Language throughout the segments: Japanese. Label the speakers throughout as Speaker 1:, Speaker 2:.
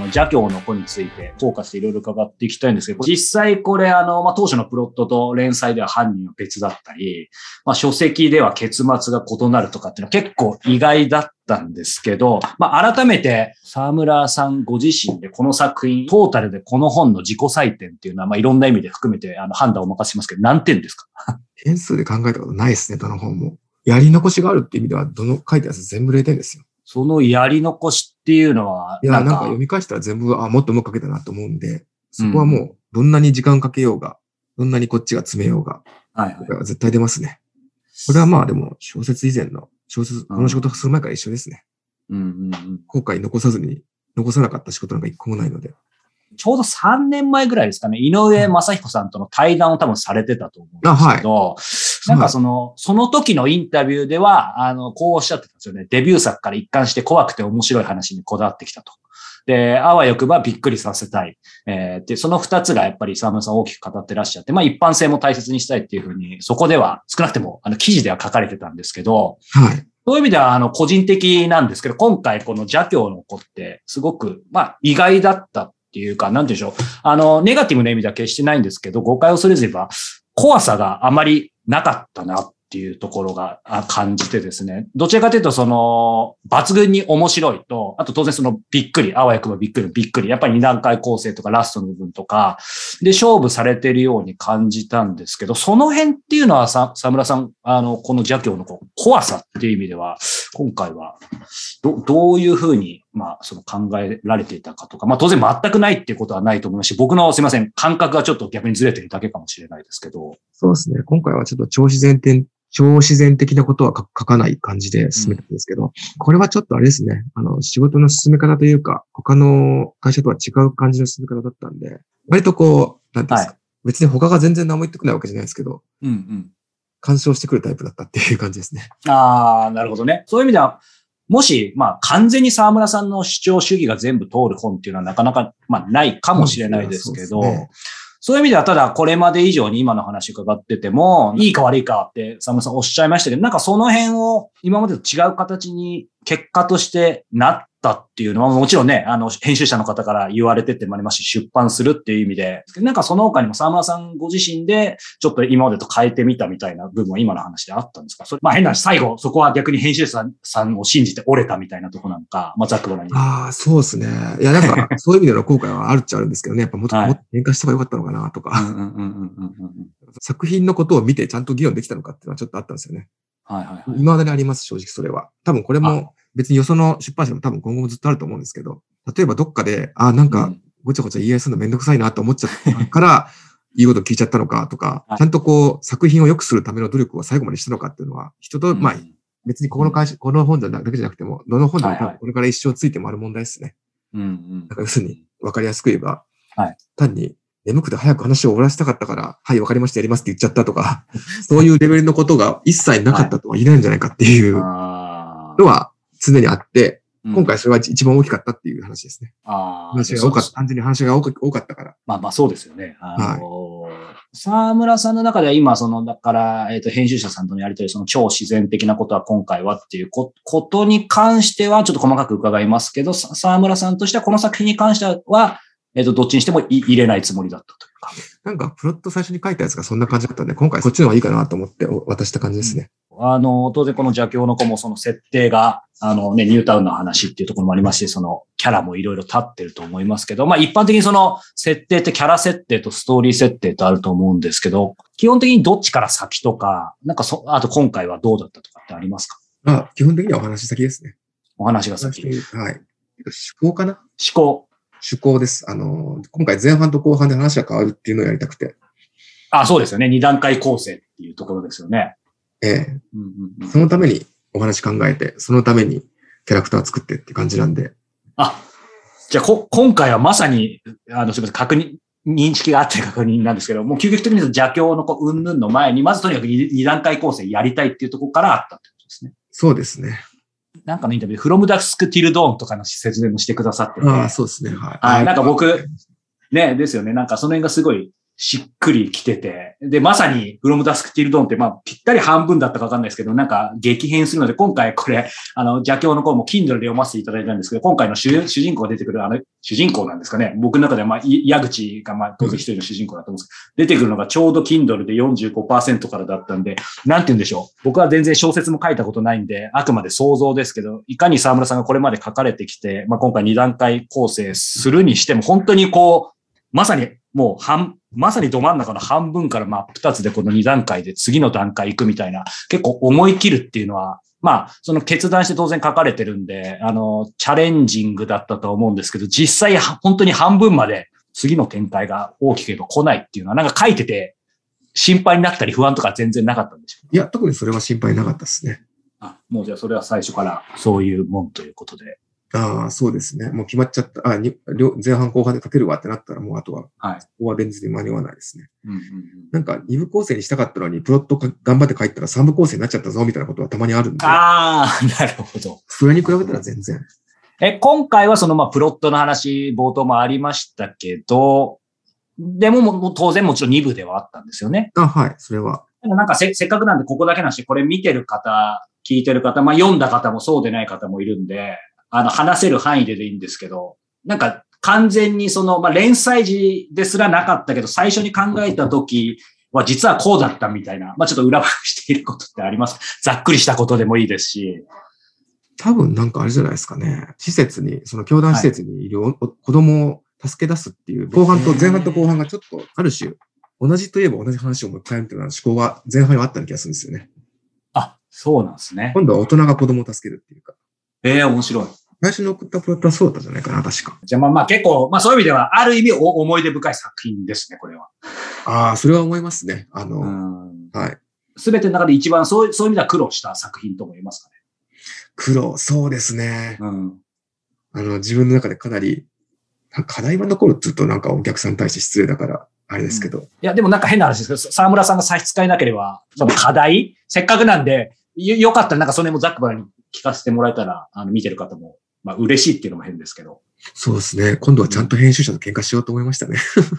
Speaker 1: 邪教の子についてフォーカスしていろいろ伺っていきたいんですけど、実際これ当初のプロットと連載では犯人は別だったり、書籍では結末が異なるとかっていうのは結構意外だったんですけど、改めて沢村さんご自身でこの作品、トータルでこの本の自己採点っていうのは、いろんな意味で含めて判断をお任せしますけど、何点ですか？
Speaker 2: 点数で考えたことないですね、どの本も。やり残しがあるっていう意味では、どの書いたやつ全部0点ですよ。
Speaker 1: そのやり残しっていうのは、
Speaker 2: いや、なんか読み返したら全部、もっとうまく書けたなと思うんで、そこはもう、どんなに時間かけようが、どんなにこっちが詰めようが、絶対出ますね。これはでも、小説以前の、この仕事する前から一緒ですね。後悔残さなかった仕事なんか一個もないので。
Speaker 1: ちょうど3年前ぐらいですかね、井上正彦さんとの対談を多分されてたと思うんですけど、なんかその時のインタビューでは、こうおっしゃってたんですよね。デビュー作から一貫して怖くて面白い話にこだわってきたと。で、あわよくばびっくりさせたい。で、その2つがやっぱり沢村さん大きく語ってらっしゃって、一般性も大切にしたいっていうふうに、そこでは少なくても記事では書かれてたんですけど、
Speaker 2: はい。
Speaker 1: そういう意味では個人的なんですけど、今回この邪教の子ってすごく、意外だったっていうか、なんていうんでしょう。ネガティブな意味では決してないんですけど、誤解を恐れず言えば、怖さがあまりなかったなっていうところが感じてですね。どちらかというと、抜群に面白いと、あと当然びっくり、あわよくばびっくり。やっぱり2段階構成とかラストの部分とか、で勝負されているように感じたんですけど、その辺っていうのは沢村さん、この邪教の怖さっていう意味では、今回は、どういうふうに、考えられていたかとか、当然全くないっていうことはないと思いますし、僕のすいません、感覚がちょっと逆にずれてるだけかもしれないですけど。
Speaker 2: そうですね。今回はちょっと超自然的なことは書かない感じで進めたんですけど、これはちょっとあれですね。仕事の進め方というか、他の会社とは違う感じの進め方だったんで、割となんていうんですか、別に他が全然何も言ってくないわけじゃないですけど、干渉してくるタイプだったっていう感じですね。
Speaker 1: なるほどね。そういう意味では、もし、完全に沢村さんの主張主義が全部通る本っていうのはなかなか、ないかもしれないですけど、そういう意味では、ただこれまで以上に今の話伺ってても、いいか悪いかって沢村さんおっしゃいましたけど、なんかその辺を今までと違う形に結果としてなったっていうのは、もちろんね、編集者の方から言われてってもありますし、出版するっていう意味で、なんかその他にも沢村さんご自身で、ちょっと今までと変えてみたみたいな部分は今の話であったんですか？それ、変な話、最後、そこは逆に編集者さんを信じて折れたみたいなところなのか、ざっくばらに。
Speaker 2: そうですね。いや、なんか、そういう意味での後悔はあるっちゃあるんですけどね、やっぱもっと変化した方が良かったのかなとか、作品のことを見てちゃんと議論できたのかっていうのはちょっとあったんですよね。未だにあります、正直それは。多分これも別によその出版社も多分今後もずっとあると思うんですけど、例えばどっかで、なんかごちゃごちゃ言い合いするのめんどくさいなと思っちゃったから、言うことを聞いちゃったのかとか、ちゃんと作品を良くするための努力を最後までしたのかっていうのは、人と、別にこの本だけじゃなくても、どの本でもこれから一生ついてもある問題ですね。だから要するに分かりやすく言えば、単に眠くて早く話を終わらせたかったから、はい、分かりました、やりますって言っちゃったとか、そういうレベルのことが一切なかったとは言えないんじゃないかっていうのは常にあって、今回それは一番大きかったっていう話ですね。単純に話が多かったから。
Speaker 1: そうですよね。沢村さんの中では今、だから、編集者さんとのやりとり、超自然的なことは今回はっていうことに関しては、ちょっと細かく伺いますけど、沢村さんとしてはこの作品に関しては、どっちにしても入れないつもりだったというか。
Speaker 2: なんか、プロット最初に書いたやつがそんな感じだったんで、今回そっちの方がいいかなと思って渡した感じですね。
Speaker 1: 当然この邪教の子も設定が、ニュータウンの話っていうところもありますし、キャラもいろいろ立ってると思いますけど、一般的に設定ってキャラ設定とストーリー設定とあると思うんですけど、基本的にどっちから先とか、なんかあと今回はどうだったとかってありますか？
Speaker 2: 基本的にはお話先ですね。
Speaker 1: お話が先。
Speaker 2: はい。思考かな？
Speaker 1: 思
Speaker 2: 考です。今回前半と後半で話が変わるっていうのをやりたくて。
Speaker 1: そうですよね。2段階構成っていうところですよね。
Speaker 2: そのためにお話考えて、そのためにキャラクターを作ってっていう感じなんで。
Speaker 1: じゃあ今回はまさに、すみません、認識があって確認なんですけど、もう究極的に邪教の云々の前に、まずとにかく2段階構成やりたいっていうところからあったってことですね。
Speaker 2: そうですね。
Speaker 1: なんかのインタビューで、From Dusk Till Dawn とかの説明もしてくださってて。
Speaker 2: そうですね。はい。
Speaker 1: なんか僕、ね、ですよね。なんかその辺がすごいしっくりきてて、で、まさに From Dusk Till Dawn って、まあ、ぴったり半分だったかわかんないですけど、なんか激変するので、今回これ、邪教の頃も Kindle で読ませていただいたんですけど、今回の主人公が出てくる、主人公なんですかね。僕の中では、まあ、矢口が、まあ、当然一人の主人公だと思うんですけど、出てくるのがちょうど Kindle で 45% からだったんで、なんて言うんでしょう。僕は全然小説も書いたことないんで、あくまで想像ですけど、いかに沢村さんがこれまで書かれてきて、まあ、今回2段階構成するにしても、本当にこう、まさにもうまさにど真ん中の半分から真っ二つでこの2段階で次の段階行くみたいな、結構思い切るっていうのは、まあ、その決断して当然書かれてるんで、チャレンジングだったと思うんですけど、実際本当に半分まで次の展開が大きければ来ないっていうのは、なんか書いてて心配になったり不安とか全然なかったんでしょう？
Speaker 2: いや、特にそれは心配なかったですね。
Speaker 1: もうじゃあそれは最初からそういうもんということで。
Speaker 2: そうですね。もう決まっちゃった。前半後半で書けるわってなったら、もうあとは、ここは現実に間に合わないですね。なんか2部構成にしたかったのに、プロット頑張って書いたら3部構成になっちゃったぞ、みたいなことはたまにあるんで。
Speaker 1: なるほど。
Speaker 2: それに比べたら全然。
Speaker 1: 今回はそのまあプロットの話、冒頭もありましたけど、でも当然もちろん2部ではあったんですよね。
Speaker 2: はい、それは。
Speaker 1: なんかせっかくなんでここだけなし、これ見てる方、聞いてる方、まあ読んだ方もそうでない方もいるんで、話せる範囲でいいんですけど、なんか完全にその、まあ、連載時ですらなかったけど、最初に考えた時は実はこうだったみたいな、まあ、ちょっと裏話していることってありますか？ざっくりしたことでもいいですし。
Speaker 2: 多分なんかあれじゃないですかね。その教団施設にいる子供を助け出すっていう、前半と後半がちょっとある種、同じといえば同じ話をもう一回みたいな思考は前半にはあったような気がするんですよね。
Speaker 1: そうなんですね。
Speaker 2: 今度は大人が子供を助けるっていうか。
Speaker 1: 面白い。
Speaker 2: 最初に送ったプロットはそうだったんじゃないかな、確か。
Speaker 1: じゃあまあ結構、まあそういう意味では、ある意味思い出深い作品ですね、これは。
Speaker 2: それは思いますね。はい。
Speaker 1: すべての中で一番そういう意味では苦労した作品とも言えますかね。
Speaker 2: そうですね。自分の中でかなり、課題は残るって言うとなんかお客さんに対して失礼だから、あれですけど。
Speaker 1: いや、でもなんか変な話ですけど、沢村さんが差し支えなければ、その課題、せっかくなんで、よかったらなんかそれもざっくばらに聞かせてもらえたら、見てる方も、まあ嬉しいっていうのも変ですけど。
Speaker 2: そうですね。今度はちゃんと編集者と喧嘩しようと思いましたね。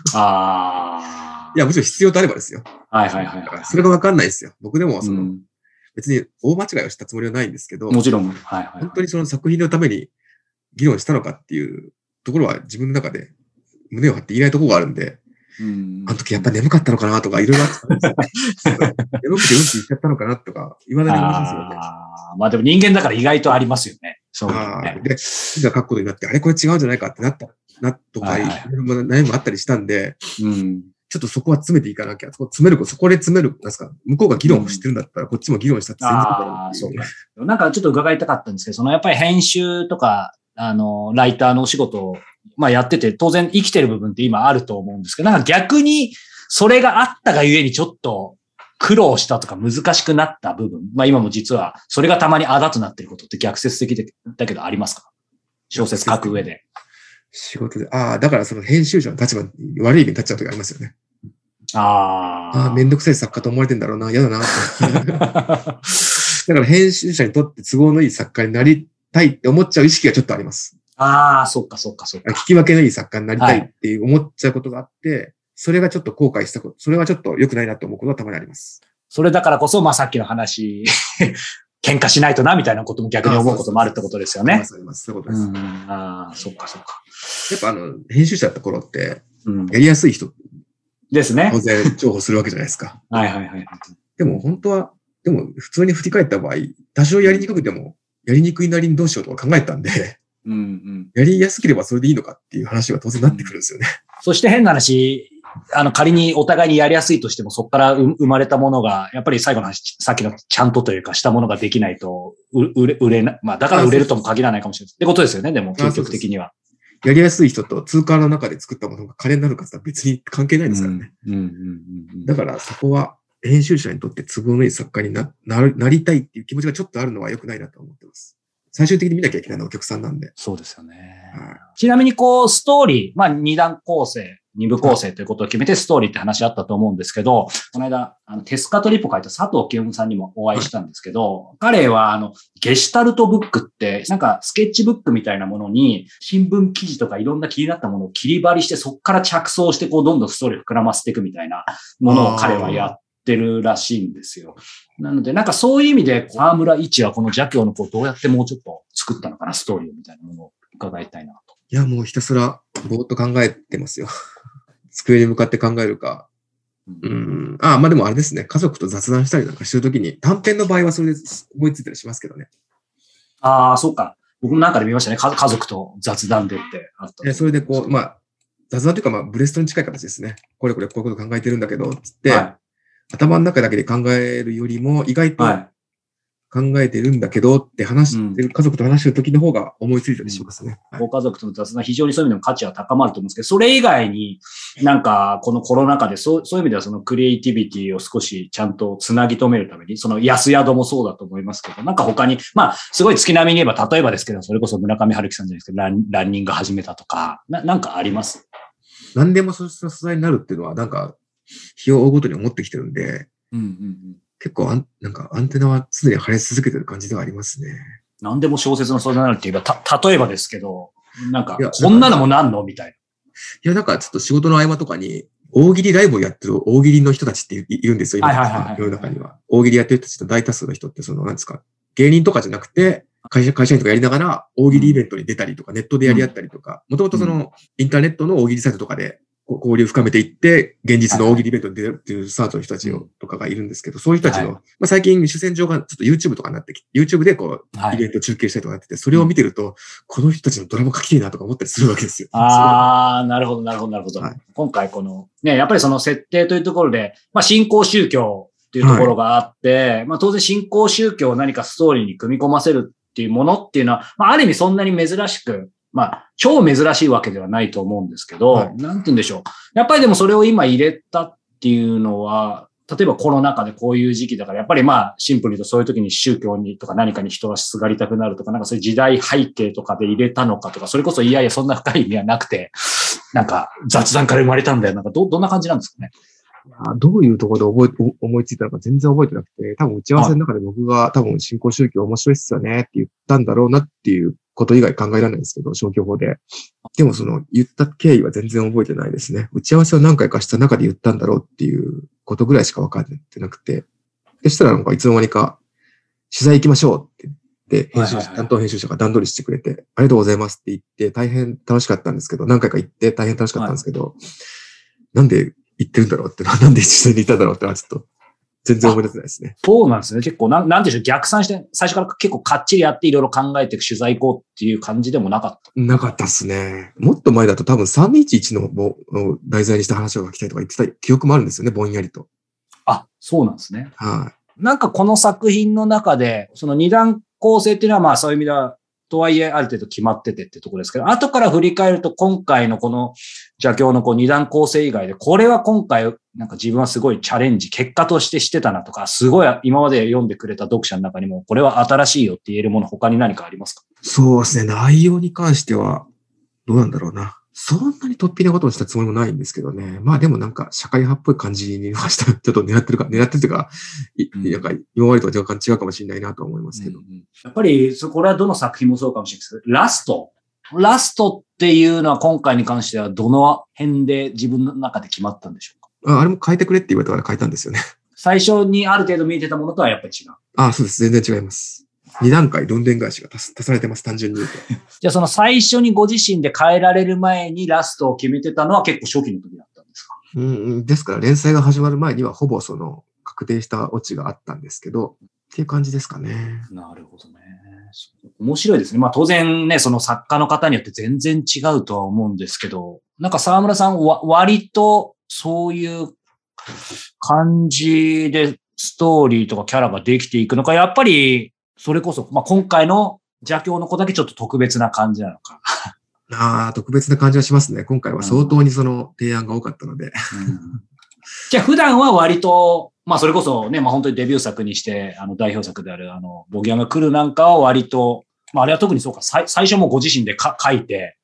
Speaker 2: いや、もちろん必要とあればですよ。それがわかんないですよ。僕でも別に大間違いをしたつもりはないんですけど、
Speaker 1: もちろん。
Speaker 2: 本当にその作品のために議論したのかっていうところは自分の中で胸を張って言えないところがあるんで、あの時やっぱ眠かったのかなとかいろいろあったんですよ。眠くて言っちゃったのかなとか、未だに思いますよね。
Speaker 1: まあでも人間だから意外とありますよね。そうね。
Speaker 2: で、字が書くことになって、あれこれ違うんじゃないかってなとか、いろいろ悩みもあったりしたんで、ちょっとそこは詰めていかなきゃ、そこで詰める、なんですか、向こうが議論をしてるんだったら、こっちも議論したって全然いいだろう。
Speaker 1: そうか。なんかちょっと伺いたかったんですけど、やっぱり編集とか、ライターのお仕事を、まあやってて、当然生きてる部分って今あると思うんですけど、なんか逆に、それがあったがゆえにちょっと苦労したとか難しくなった部分。まあ今も実は、それがたまにあだとなってることって逆説的だけどありますか？小説書く上で。
Speaker 2: 仕事で。だからその編集者の立場に悪い意味に立っちゃう時ありますよね。めんどくさい作家と思われてんだろうな、嫌だな。だから編集者にとって都合のいい作家になりたいって思っちゃう意識がちょっとあります。
Speaker 1: そっか。
Speaker 2: 聞き分けのいい作家になりたいって思っちゃうことがあって、それがちょっと後悔したこと、それはちょっと良くないなと思うことはたまにあります。
Speaker 1: それだからこそ、まあさっきの話、喧嘩しないとな、みたいなことも逆に思うこともあるってことですよね。
Speaker 2: そういうことです。
Speaker 1: そっか。
Speaker 2: やっぱ編集者だった頃って、やりやすい人
Speaker 1: ですね。
Speaker 2: 当然重宝するわけじゃないですか。でも本当は、普通に振り返った場合、多少やりにくくても、やりにくいなりにどうしようとか考えたんで、やりやすければそれでいいのかっていう話が当然なってくるんですよね。
Speaker 1: そして変な話、仮にお互いにやりやすいとしても、そこから生まれたものが、やっぱり最後の話、さっきのちゃんとというか、したものができないと、売れな、まあ、だから売れるとも限らないかもしれない。ってことですよね、でも、究極的には。
Speaker 2: やりやすい人と通貨の中で作ったものが金になるかって別に関係ないですからね。だからそこは、編集者にとって都合のいい作家になりたいっていう気持ちがちょっとあるのは良くないなと思ってます。最終的に見なきゃいけないのはお客さんなんで。
Speaker 1: そうですよね。ちなみにストーリー、まあ二段構成二部構成ということを決めてストーリーって話あったと思うんですけど、この間、テスカトリポ書いた佐藤清さんにもお会いしたんですけど、彼はゲシュタルトブックって、なんかスケッチブックみたいなものに、新聞記事とかいろんな気になったものを切り張りして、そこから着想してこうどんどんストーリーを膨らませていくみたいなものを彼はやってるらしいんですよ。なので、なんかそういう意味で、沢村一はこの邪教の子をどうやってもうちょっと作ったのかな、ストーリーみたいなものを伺いたいなと。
Speaker 2: いや、もうひたすらぼーっと考えてますよ。机に向かって考えるか。まあでもあれですね。家族と雑談したりなんかしてるときに、短編の場合はそれで思いついたりしますけどね。
Speaker 1: ああ、そうか。僕もなんかで見ましたね。家族と雑談でってあった。
Speaker 2: それでこう、まあ、雑談というか、まあ、ブレストに近い形ですね。こういうこと考えてるんだけど、つって、はい、頭の中だけで考えるよりも、意外と考えてるんだけどって話してる、家族と話してる時の方が思いついたりしますね。
Speaker 1: ご家族との雑談、非常にそういう意味でも価値は高まると思うんですけど、それ以外になんかこのコロナ禍でそういう意味ではそのクリエイティビティを少しちゃんとつなぎ止めるために、その安宿もそうだと思いますけど、なんか他に、まあすごい月並みに言えば、例えばですけど、それこそ村上春樹さんじゃないですけど、ランニング始めたとか、なんかあります？
Speaker 2: 何でもそうした素材になるっていうのは、なんか、日を追うごとに思ってきてるんで、結構なんかアンテナは常に張れ続けてる感じではありますね。
Speaker 1: 何でも小説の素材になるって言えば、例えばですけど、なんか、こんなのもなんのみたいな。
Speaker 2: いや、なんかちょっと仕事の合間とかに、大喜利ライブをやってる大喜利の人たちっているんですよ、今世の中には。大喜利やってる人たちの大多数の人って、なんですか、芸人とかじゃなくて、会社員とかやりながら、大喜利イベントに出たりとか、ネットでやり合ったりとか、もともとインターネットの大喜利サイトとかで、交流深めていって、現実の大喜利イベントに出るっていうスタートの人たちとかがいるんですけど、そういう人たちの、まあ、最近主戦場がちょっと YouTube とかになってきて、YouTube でこう、イベント中継したりとかやってて、それを見てると、この人たちのドラマ書きたいなとか思ったりするわけですよ。
Speaker 1: ああ、なるほど。はい、今回この、ね、やっぱりその設定というところで、まあ、新興宗教っていうところがあって、まあ、当然新興宗教を何かストーリーに組み込ませるっていうものっていうのは、まあ、ある意味そんなに珍しく、まあ、超珍しいわけではないと思うんですけど、なんて言うんでしょう。やっぱりでもそれを今入れたっていうのは、例えばコロナ禍でこういう時期だから、やっぱりまあ、シンプルにとそういう時に宗教にとか何かに人はすがりたくなるとか、なんかそういう時代背景とかで入れたのかとか、それこそいやいやそんな深い意味はなくて、なんか雑談から生まれたんだよ。なんかどんな感じなんですかね。
Speaker 2: どういうところで思いついたのか全然覚えてなくて、多分打ち合わせの中で僕が多分新興宗教面白いっすよねって言ったんだろうなっていうこと以外考えられないんですけど、消去法で。でも言った経緯は全然覚えてないですね。打ち合わせを何回かした中で言ったんだろうっていうことぐらいしか分かってなくて。そしたらなんかいつの間にか取材行きましょうって言って、担当編集者が段取りしてくれて、ありがとうございますって言って大変楽しかったんですけど、何回か行って大変楽しかったんですけど、なんで言ってるんだろうってなんで実際に言ったんだろうってのはちょっと全然思い出せないですね。
Speaker 1: そうなんですね。結構なんでしょう、逆算して、最初から結構かっちりやっていろいろ考えて取材行こうっていう感じでもなかった。
Speaker 2: なかったですね。もっと前だと多分311の題材にした話を書きたいとか言ってた記憶もあるんですよね、ぼんやりと。
Speaker 1: あ、そうなんですね。
Speaker 2: はい。
Speaker 1: なんかこの作品の中で、その二段構成っていうのはまあそういう意味では、とはいえある程度決まっててってところですけど、後から振り返ると今回のこの邪教の二段構成以外で、これは今回なんか自分はすごいチャレンジ、結果としてしてたなとか、すごい今まで読んでくれた読者の中にも、これは新しいよって言えるもの他に何かありますか？
Speaker 2: そうですね。内容に関しては、どうなんだろうな。そんなに突飛なことをしたつもりもないんですけどね。まあでもなんか社会派っぽい感じにはした。ちょっと狙ってるというか、なんか今までとは若干違うかもしれないなと思いますけど。
Speaker 1: やっぱり、これはどの作品もそうかもしれないですけど、ラストっていうのは今回に関してはどの辺で自分の中で決まったんでしょうか？
Speaker 2: あれも変えてくれって言われたから変えたんですよね。
Speaker 1: 最初にある程度見えてたものとはやっぱり違う。
Speaker 2: そうです。全然違います。2段階どんでん返しが足されてます、単純に言うと。
Speaker 1: じゃあその最初にご自身で変えられる前にラストを決めてたのは結構初期の時だったんですか？
Speaker 2: ですから連載が始まる前にはほぼ確定したオチがあったんですけど、っていう感じですかね。
Speaker 1: なるほどね。面白いですね。まあ当然ね、その作家の方によって全然違うとは思うんですけど、なんか沢村さんは割とそういう感じでストーリーとかキャラができていくのか、やっぱりそれこそ、まあ今回の邪教の子だけちょっと特別な感じなのか。
Speaker 2: 特別な感じはしますね。今回は相当にその提案が多かったので。
Speaker 1: じゃあ普段は割と、まあそれこそね、まあ本当にデビュー作にして、代表作であるボギャンが来るなんかは割と、まああれは特にそうか、最初もご自身で書いて、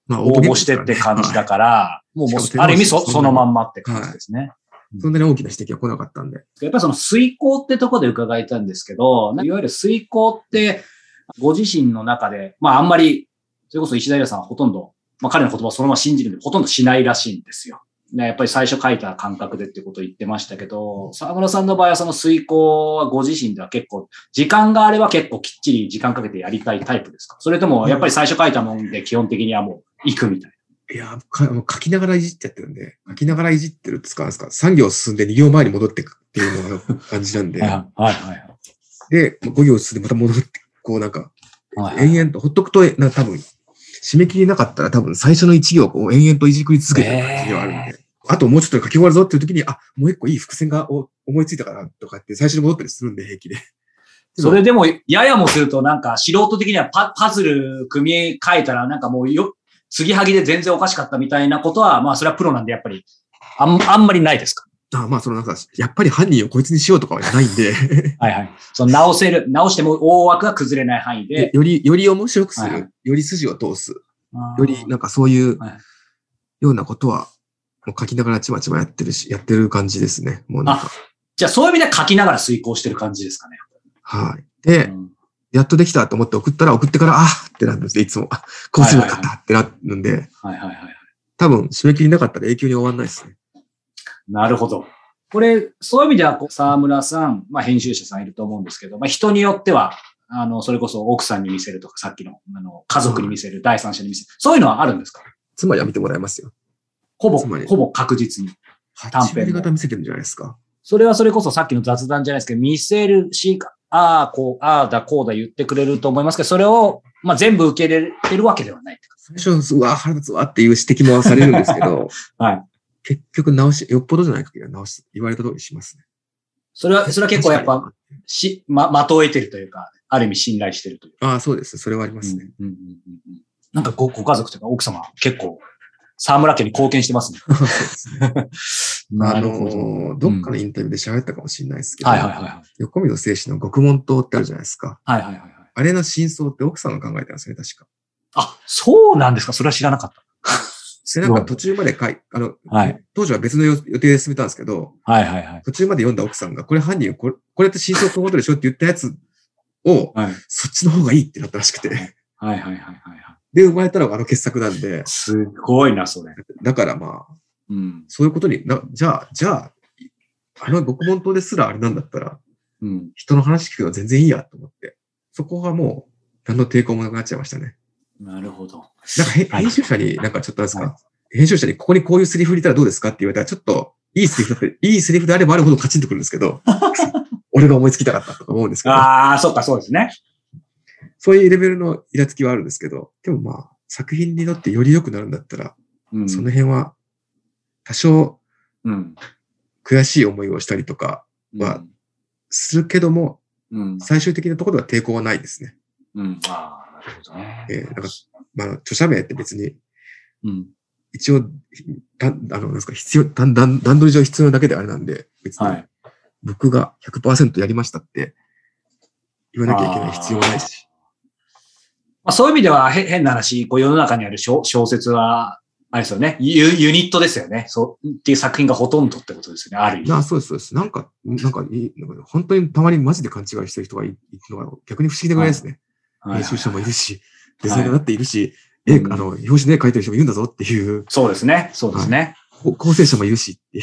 Speaker 1: 応募してって感じだから、もう、ある意味そのまんまって感じですね。
Speaker 2: そんなに大きな指摘は来なかったんで。
Speaker 1: やっぱりその遂行ってとこで伺いたんですけど、いわゆる遂行って、ご自身の中で、あんまり、それこそ石平さんはほとんど、彼の言葉をそのまま信じるんで、ほとんどしないらしいんですよ。やっぱり最初書いた感覚でってことを言ってましたけど、沢村さんの場合はその遂行はご自身では結構、時間があれば結構きっちり時間かけてやりたいタイプですか？それとも、やっぱり最初書いたもんで基本的にはもう行くみたいな。
Speaker 2: いや、書きながらいじってやってるんで、書きながらいじってるって使うんですか？3行進んで2行前に戻っていくっていうのが感じなんで。で、5行進んでまた戻って、延々とほっとくと、多分、締め切りなかったら多分最初の1行を延々といじくり続けてる感じではあるんで。あともうちょっと書き終わるぞっていう時に、もう一個いい伏線が思いついたからとかって最初に戻ったりするんで、平気で。
Speaker 1: それでも、ややもすると素人的にはパズル組み替えたらもう継ぎはぎで全然おかしかったみたいなことは、それはプロなんでやっぱり、あんまりないですか？
Speaker 2: やっぱり犯人をこいつにしようとかはないんで。
Speaker 1: はいはい。直しても大枠が崩れない範囲で。
Speaker 2: より面白くする。はいはい、より筋を通す。よりそういうようなことは、もう書きながらちまちまやってる感じですね。もう
Speaker 1: じゃあそういう意味では書きながら遂行してる感じですかね。
Speaker 2: はい。で、やっとできたと思って送ってから、ってなるんですね、いつも。こうすればよかったってなるんで。多分、締め切りなかったら永久に終わんないですね。
Speaker 1: なるほど。これ、そういう意味では、沢村さん、編集者さんいると思うんですけど、人によっては、それこそ奥さんに見せるとか、さっきの、家族に見せる、第三者に見せる。そういうのはあるんですか？
Speaker 2: 妻には見てもらえますよ。
Speaker 1: ほぼ確実に。
Speaker 2: 短編型見せてるんじゃないですか。
Speaker 1: それはそれこそさっきの雑談じゃないですけど、見せるし、あだ、こうだ言ってくれると思いますけど、それを、全部受け入れてるわけではない。
Speaker 2: 最初、腹立つわっていう指摘もされるんですけど、
Speaker 1: はい。
Speaker 2: 結局よっぽどじゃない限りは言われた通りしますね。
Speaker 1: それは結構やっぱ、的を得てるというか、ある意味信頼してるというか。
Speaker 2: そうです。それはありますね。
Speaker 1: ご家族というか奥様は結構、沢村家に貢献してますね。
Speaker 2: そうですね。なるほど。どっかのインタビューで喋ったかもしれないですけど、横溝正史の極門島ってあるじゃないですか。あれの真相って奥さんが考えたんですね、確か。
Speaker 1: そうなんですか？それは知らなかった。
Speaker 2: で、途中まで当時は別の予定で進めたんですけど、途中まで読んだ奥さんが、これ犯人、これって真相ってことでしょって言ったやつを、そっちの方がいいってなったらしくて。で、生まれたのが傑作なんで。
Speaker 1: すごいな、それ。
Speaker 2: だからそういうことに、じゃあ、極門島ですらあれなんだったら、人の話聞くのは全然いいやと思って、そこはもう、何の抵抗もなくなっちゃいましたね。
Speaker 1: なるほど。
Speaker 2: 編集者にちょっとですか、編集者にここにこういうセリフ入れたらどうですかって言われたら、ちょっと、いいセリフであればあるほどカチンとくるんですけど、俺が思いつきたかったとか思うんですけど。
Speaker 1: そうか、そうですね。
Speaker 2: そういうレベルのイラつきはあるんですけど、でも作品にとってより良くなるんだったら、その辺は、多少、悔しい思いをしたりとかは、するけども、最終的なところでは抵抗はないですね。
Speaker 1: なるほどね。
Speaker 2: 著者名って別に、一応、段取り上必要なだけであれなんで、別に、僕が 100% やりましたって言わなきゃいけない必要はないし。
Speaker 1: そういう意味では変な話、世の中にある小説は、あれですよね。ユニットですよね。そうっていう作品がほとんどってことですよね。ある意味。
Speaker 2: そうです、そうです。本当にたまにマジで勘違いしてる人がいるのが逆に不思議なぐらいですね。編集者もいるし、デザイナーだっているし、表紙で書いてる人もいるんだぞっていう。
Speaker 1: そうですね。そうですね。
Speaker 2: 構成者もいるしっていう。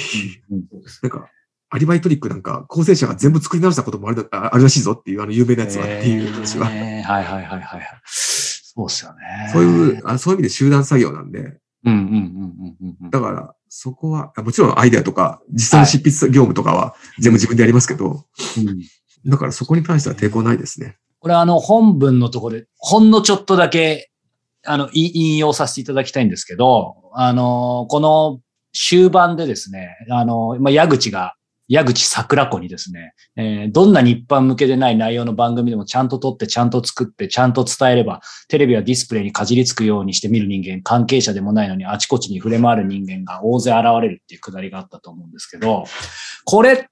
Speaker 2: アリバイトリック構成者が全部作り直したこともあるらしいぞっていう、有名なやつはっていう話は。
Speaker 1: そうですよね。
Speaker 2: そういう意味で集団作業なんで。だから、そこは、もちろんアイデアとか、実際の執筆業務とかは全部自分でやりますけど、だからそこに関しては抵抗ないですね。
Speaker 1: これ本文のところで、ほんのちょっとだけ、引用させていただきたいんですけど、この終盤でですね、矢口が、 矢口桜子にですね、どんなに一般向けでない内容の番組でもちゃんと撮って、ちゃんと作って、ちゃんと伝えれば、テレビはディスプレイにかじりつくようにして見る人間、関係者でもないのにあちこちに触れ回る人間が大勢現れるっていうくだりがあったと思うんですけど、これって、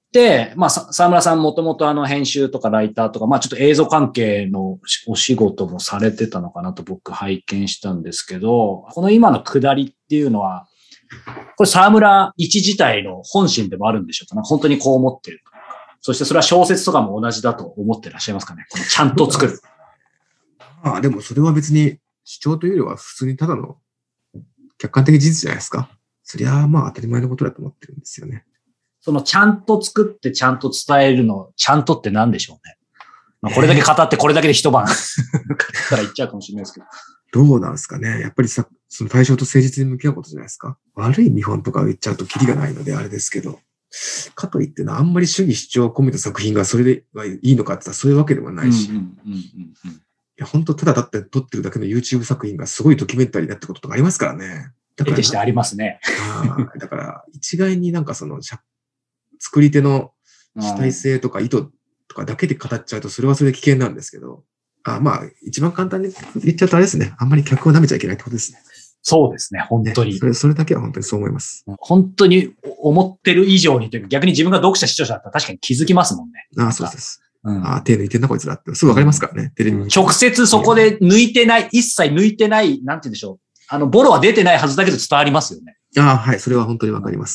Speaker 1: まあ、沢村さんもともと編集とかライターとか、まあちょっと映像関係のお仕事もされてたのかなと僕拝見したんですけど、この今のくだりっていうのは、これ沢村一自体の本心でもあるんでしょうかね。本当にこう思ってる。そしてそれは小説とかも同じだと思ってらっしゃいますかね。このちゃんと作る。
Speaker 2: でもそれは別に主張というよりは普通にただの客観的事実じゃないですか。そりゃ当たり前のことだと思ってるんですよね。
Speaker 1: そのちゃんと作ってちゃんと伝えるの、ちゃんとって何でしょうね。まあ、これだけ語ってこれだけで一晩語ったら言っちゃうかもしれないですけど。
Speaker 2: どうなんですかね。やっぱりその対象と誠実に向き合うことじゃないですか。悪い見本とか言っちゃうとキリがないのであれですけど。かといってあんまり主義主張を込めた作品がそれでいいのかって言ったらそういうわけではないし。本当ただだって撮ってるだけの YouTube 作品がすごいドキュメンタリーだってこととかありますからね。
Speaker 1: 得てしてありますね。
Speaker 2: だから一概に作り手の主体性とか意図とかだけで語っちゃうとそれはそれで危険なんですけど。一番簡単に言っちゃうとあれですね。あんまり客を舐めちゃいけないってことですね。
Speaker 1: そうですね、本当に。
Speaker 2: それだけは本当にそう思います。
Speaker 1: 本当に思ってる以上にというか、逆に自分が読者視聴者だったら確かに気づきますもんね。
Speaker 2: そうです。手抜いてんなこいつらって。すぐわかりますからね、テレビに。
Speaker 1: 直接そこで一切抜いてない、なんて言うんでしょう。ボロは出てないはずだけど伝わりますよね。
Speaker 2: はい、それは本当にわかります。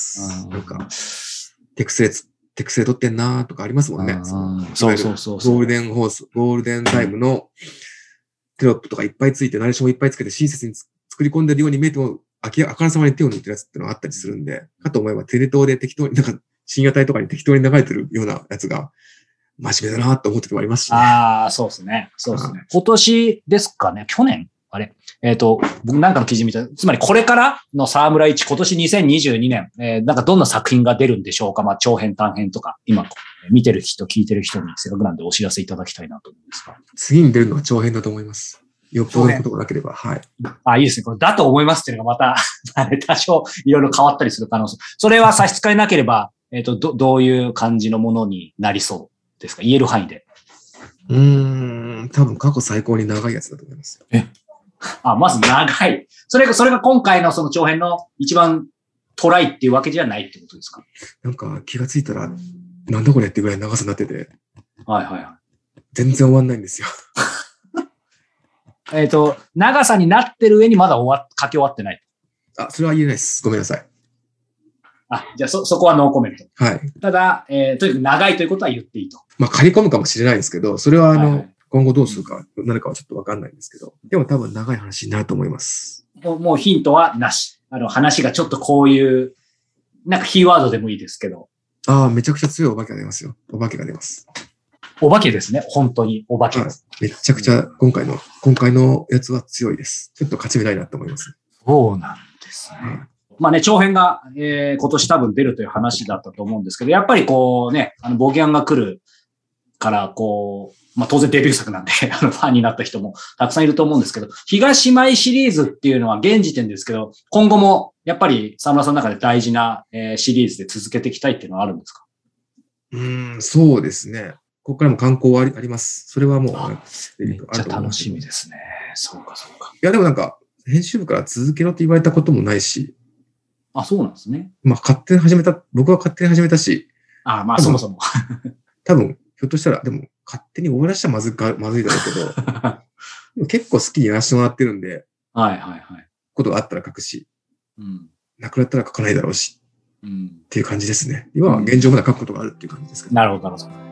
Speaker 2: テクスレ撮ってんなとかありますもんね。
Speaker 1: そう。ゴ
Speaker 2: ールデンタイムのテロップとかいっぱいついて、ナレーションもいっぱいつけて親切に作り込んでるように見えても、あからさまに手を抜いてるやつってのがあったりするんで、かと思えばテレ東で適当に、深夜帯とかに適当に流れてるようなやつが、真面目だなと思っててもありますしね。
Speaker 1: そうですね。今年ですかね、去年僕なんかの記事見た、つまりこれからの沢村一、今年2022年、どんな作品が出るんでしょうか。長編短編とか、今、見てる人、聞いてる人にせっかくなんでお知らせいただきたいなと思うんですが。
Speaker 2: 次に出るのは長編だと思います。よっぽどのことがなければ、はい。
Speaker 1: いいですね。これだと思いますっていうのがまた、多少いろいろ変わったりする可能性。それは差し支えなければ、どういう感じのものになりそうですか？言える範囲で。
Speaker 2: 多分過去最高に長いやつだと思います。
Speaker 1: まず長い。それが今回のその長編の一番トライっていうわけじゃないってことですか？
Speaker 2: 気がついたら、なんだこれってぐらい長さになってて。全然終わんないんですよ。
Speaker 1: 長さになってる上にまだ書き終わってない。
Speaker 2: それは言えないです。ごめんなさい。
Speaker 1: じゃあそこはノーコメント。
Speaker 2: はい。
Speaker 1: ただ、とにかく長いということは言っていいと。
Speaker 2: 刈り込むかもしれないですけど、それは今後どうするか、何かはちょっとわかんないんですけど、でも多分長い話になると思います。
Speaker 1: もうヒントはなし。話がちょっとこういう、キーワードでもいいですけど。
Speaker 2: めちゃくちゃ強いお化けが出ますよ。お化けが出ます。
Speaker 1: お化けですね。本当にお化けです。
Speaker 2: めちゃくちゃ今回のやつは強いです。ちょっと勝ち目ないなと思います。
Speaker 1: そうなんですね。長編が、今年多分出るという話だったと思うんですけど、やっぱりボギャンが来るから、当然デビュー作なんで、ファンになった人もたくさんいると思うんですけど、東舞シリーズっていうのは現時点ですけど、今後もやっぱり沢村さんの中で大事なシリーズで続けていきたいっていうのはあるんですか？
Speaker 2: そうですね。ここからも観光はあります。それはもう、
Speaker 1: めっちゃ楽しみですね。そうか。
Speaker 2: いや、でも編集部から続けろって言われたこともないし。
Speaker 1: そうなんですね。
Speaker 2: 僕は勝手に始めたし。
Speaker 1: そもそも。
Speaker 2: 多分、ひょっとしたら、でも、勝手に終わらしたらまずいだろうけど、結構好きにやらせてもらってるんで、ことがあったら書くし、なくなったら書かないだろうし、っていう感じですね。今は現状まだ書くことがあるっていう感じですけど。
Speaker 1: なるほど。